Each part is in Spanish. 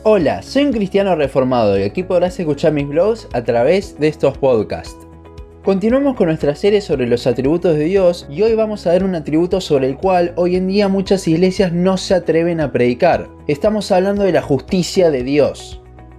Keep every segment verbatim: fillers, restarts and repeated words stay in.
Hola, soy un cristiano reformado y aquí podrás escuchar mis blogs a través de estos podcasts. Continuamos con nuestra serie sobre los atributos de Dios y hoy vamos a ver un atributo sobre el cual hoy en día muchas iglesias no se atreven a predicar. Estamos hablando de la justicia de Dios.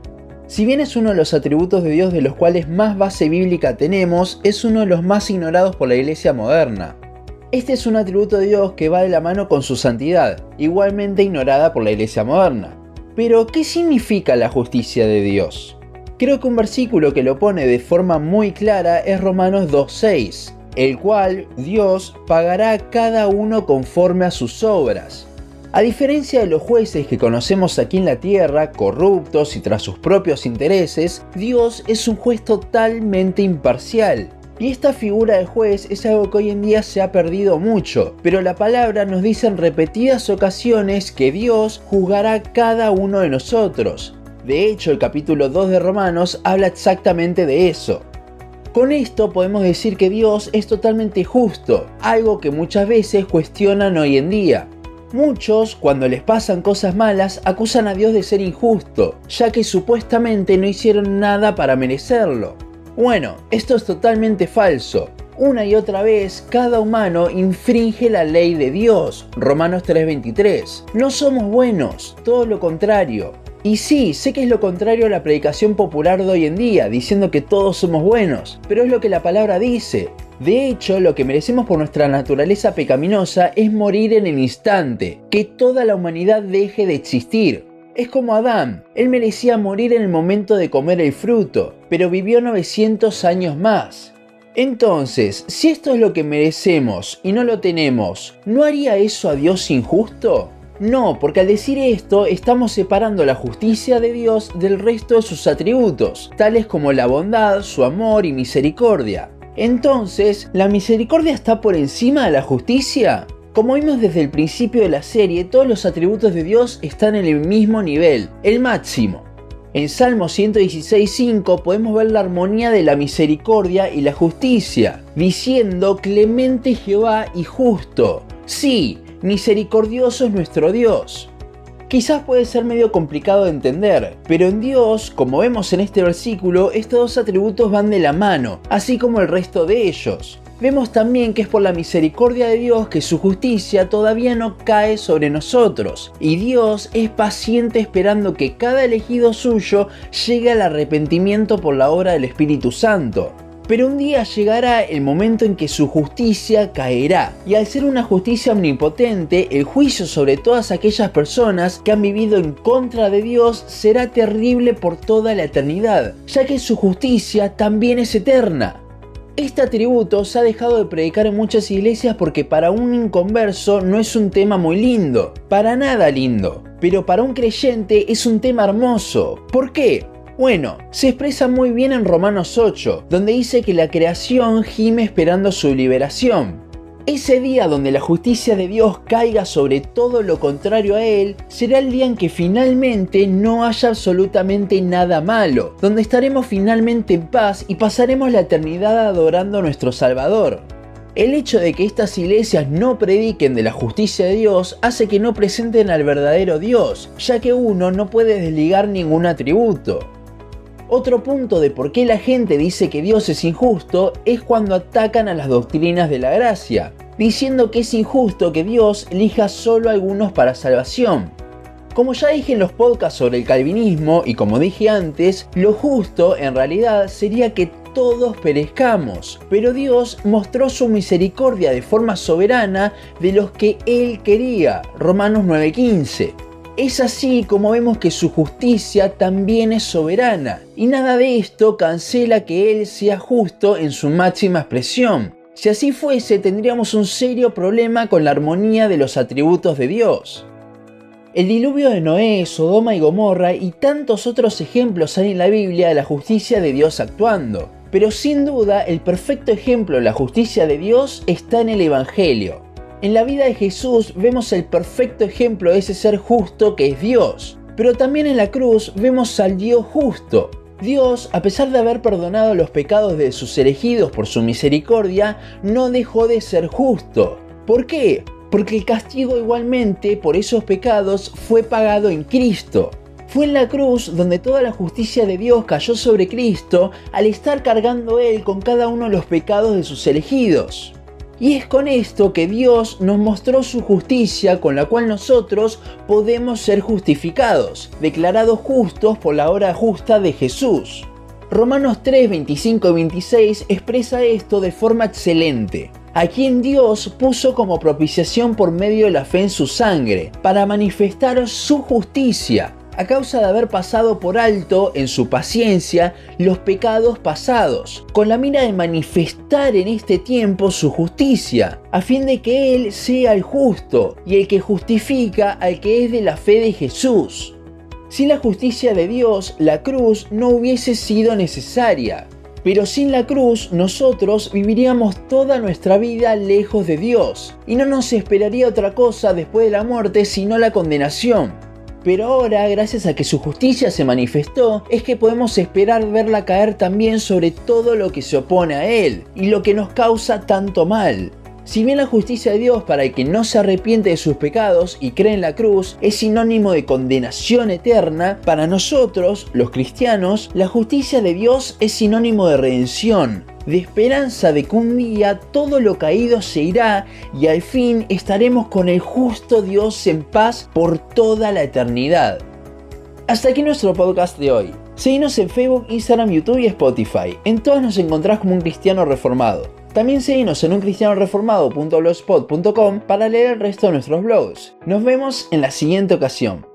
Si bien es uno de los atributos de Dios de los cuales más base bíblica tenemos, es uno de los más ignorados por la iglesia moderna. Este es un atributo de Dios que va de la mano con su santidad, igualmente ignorada por la iglesia moderna. Pero, ¿qué significa la justicia de Dios? Creo que un versículo que lo pone de forma muy clara es Romanos dos seis, el cual Dios pagará a cada uno conforme a sus obras. A diferencia de los jueces que conocemos aquí en la tierra, corruptos y tras sus propios intereses, Dios es un juez totalmente imparcial. Y esta figura de juez es algo que hoy en día se ha perdido mucho, pero la palabra nos dice en repetidas ocasiones que Dios juzgará a cada uno de nosotros. De hecho, el capítulo dos de Romanos habla exactamente de eso. Con esto podemos decir que Dios es totalmente justo, algo que muchas veces cuestionan hoy en día. Muchos, cuando les pasan cosas malas, acusan a Dios de ser injusto, ya que supuestamente no hicieron nada para merecerlo. Bueno, esto es totalmente falso. Una y otra vez, cada humano infringe la ley de Dios, Romanos tres veintitrés. No somos buenos, todo lo contrario. Y sí, sé que es lo contrario a la predicación popular de hoy en día, diciendo que todos somos buenos, pero es lo que la palabra dice. De hecho, lo que merecemos por nuestra naturaleza pecaminosa es morir en el instante, que toda la humanidad deje de existir. Es como Adán, él merecía morir en el momento de comer el fruto, pero vivió novecientos años más. Entonces, si esto es lo que merecemos y no lo tenemos, ¿no haría eso a Dios injusto? No, porque al decir esto estamos separando la justicia de Dios del resto de sus atributos, tales como la bondad, su amor y misericordia. Entonces, ¿la misericordia está por encima de la justicia? Como vimos desde el principio de la serie, todos los atributos de Dios están en el mismo nivel, el máximo. En Salmo ciento dieciséis cinco podemos ver la armonía de la misericordia y la justicia, diciendo: clemente Jehová y justo. Sí, misericordioso es nuestro Dios. Quizás puede ser medio complicado de entender, pero en Dios, como vemos en este versículo, estos dos atributos van de la mano, así como el resto de ellos. Vemos también que es por la misericordia de Dios que su justicia todavía no cae sobre nosotros, y Dios es paciente esperando que cada elegido suyo llegue al arrepentimiento por la obra del Espíritu Santo. Pero un día llegará el momento en que su justicia caerá, y al ser una justicia omnipotente, el juicio sobre todas aquellas personas que han vivido en contra de Dios será terrible por toda la eternidad, ya que su justicia también es eterna. Este atributo se ha dejado de predicar en muchas iglesias porque para un inconverso no es un tema muy lindo, para nada lindo, pero para un creyente es un tema hermoso. ¿Por qué? Bueno, se expresa muy bien en Romanos ocho, donde dice que la creación gime esperando su liberación. Ese día donde la justicia de Dios caiga sobre todo lo contrario a Él, será el día en que finalmente no haya absolutamente nada malo, donde estaremos finalmente en paz y pasaremos la eternidad adorando a nuestro Salvador. El hecho de que estas iglesias no prediquen de la justicia de Dios hace que no presenten al verdadero Dios, ya que uno no puede desligar ningún atributo. Otro punto de por qué la gente dice que Dios es injusto es cuando atacan a las doctrinas de la gracia, diciendo que es injusto que Dios elija solo a algunos para salvación. Como ya dije en los podcasts sobre el calvinismo y como dije antes, lo justo en realidad sería que todos perezcamos, pero Dios mostró su misericordia de forma soberana de los que Él quería, Romanos nueve quince. Es así como vemos que su justicia también es soberana, y nada de esto cancela que Él sea justo en su máxima expresión. Si así fuese, tendríamos un serio problema con la armonía de los atributos de Dios. El diluvio de Noé, Sodoma y Gomorra y tantos otros ejemplos hay en la Biblia de la justicia de Dios actuando. Pero sin duda, el perfecto ejemplo de la justicia de Dios está en el Evangelio. En la vida de Jesús vemos el perfecto ejemplo de ese ser justo que es Dios, pero también en la cruz vemos al Dios justo. Dios, a pesar de haber perdonado los pecados de sus elegidos por su misericordia, no dejó de ser justo. ¿Por qué? Porque el castigo igualmente por esos pecados fue pagado en Cristo. Fue en la cruz donde toda la justicia de Dios cayó sobre Cristo al estar cargando Él con cada uno de los pecados de sus elegidos. Y es con esto que Dios nos mostró su justicia, con la cual nosotros podemos ser justificados, declarados justos por la obra justa de Jesús. Romanos tres, veinticinco y veintiséis expresa esto de forma excelente. A quien Dios puso como propiciación por medio de la fe en su sangre, para manifestar su justicia, a causa de haber pasado por alto en su paciencia los pecados pasados, con la mira de manifestar en este tiempo su justicia, a fin de que Él sea el justo y el que justifica al que es de la fe de Jesús. Sin la justicia de Dios, la cruz no hubiese sido necesaria. Pero sin la cruz, nosotros viviríamos toda nuestra vida lejos de Dios, y no nos esperaría otra cosa después de la muerte sino la condenación. Pero ahora, gracias a que su justicia se manifestó, es que podemos esperar verla caer también sobre todo lo que se opone a Él, y lo que nos causa tanto mal. Si bien la justicia de Dios para el que no se arrepiente de sus pecados y cree en la cruz es sinónimo de condenación eterna, para nosotros, los cristianos, la justicia de Dios es sinónimo de redención, de esperanza de que un día todo lo caído se irá y al fin estaremos con el justo Dios en paz por toda la eternidad. Hasta aquí nuestro podcast de hoy. Seguinos en Facebook, Instagram, YouTube y Spotify. En todas nos encontrás como un cristiano reformado. También seguinos en un cristiano reformado punto blogspot punto com para leer el resto de nuestros blogs. Nos vemos en la siguiente ocasión.